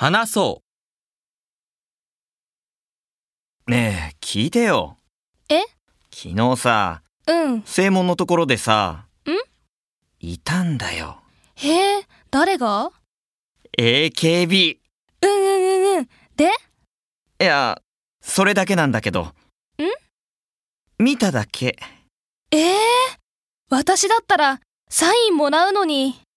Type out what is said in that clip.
話そねえ、聞いてよ。 え？ 昨日さ、 うん。 正門のところでさ、 ん？ いたんだよ。 へえ、誰が？ AKB。 うん。で？ いや、それだけなんだけど。見ただけ。 私だったらサインもらうのに。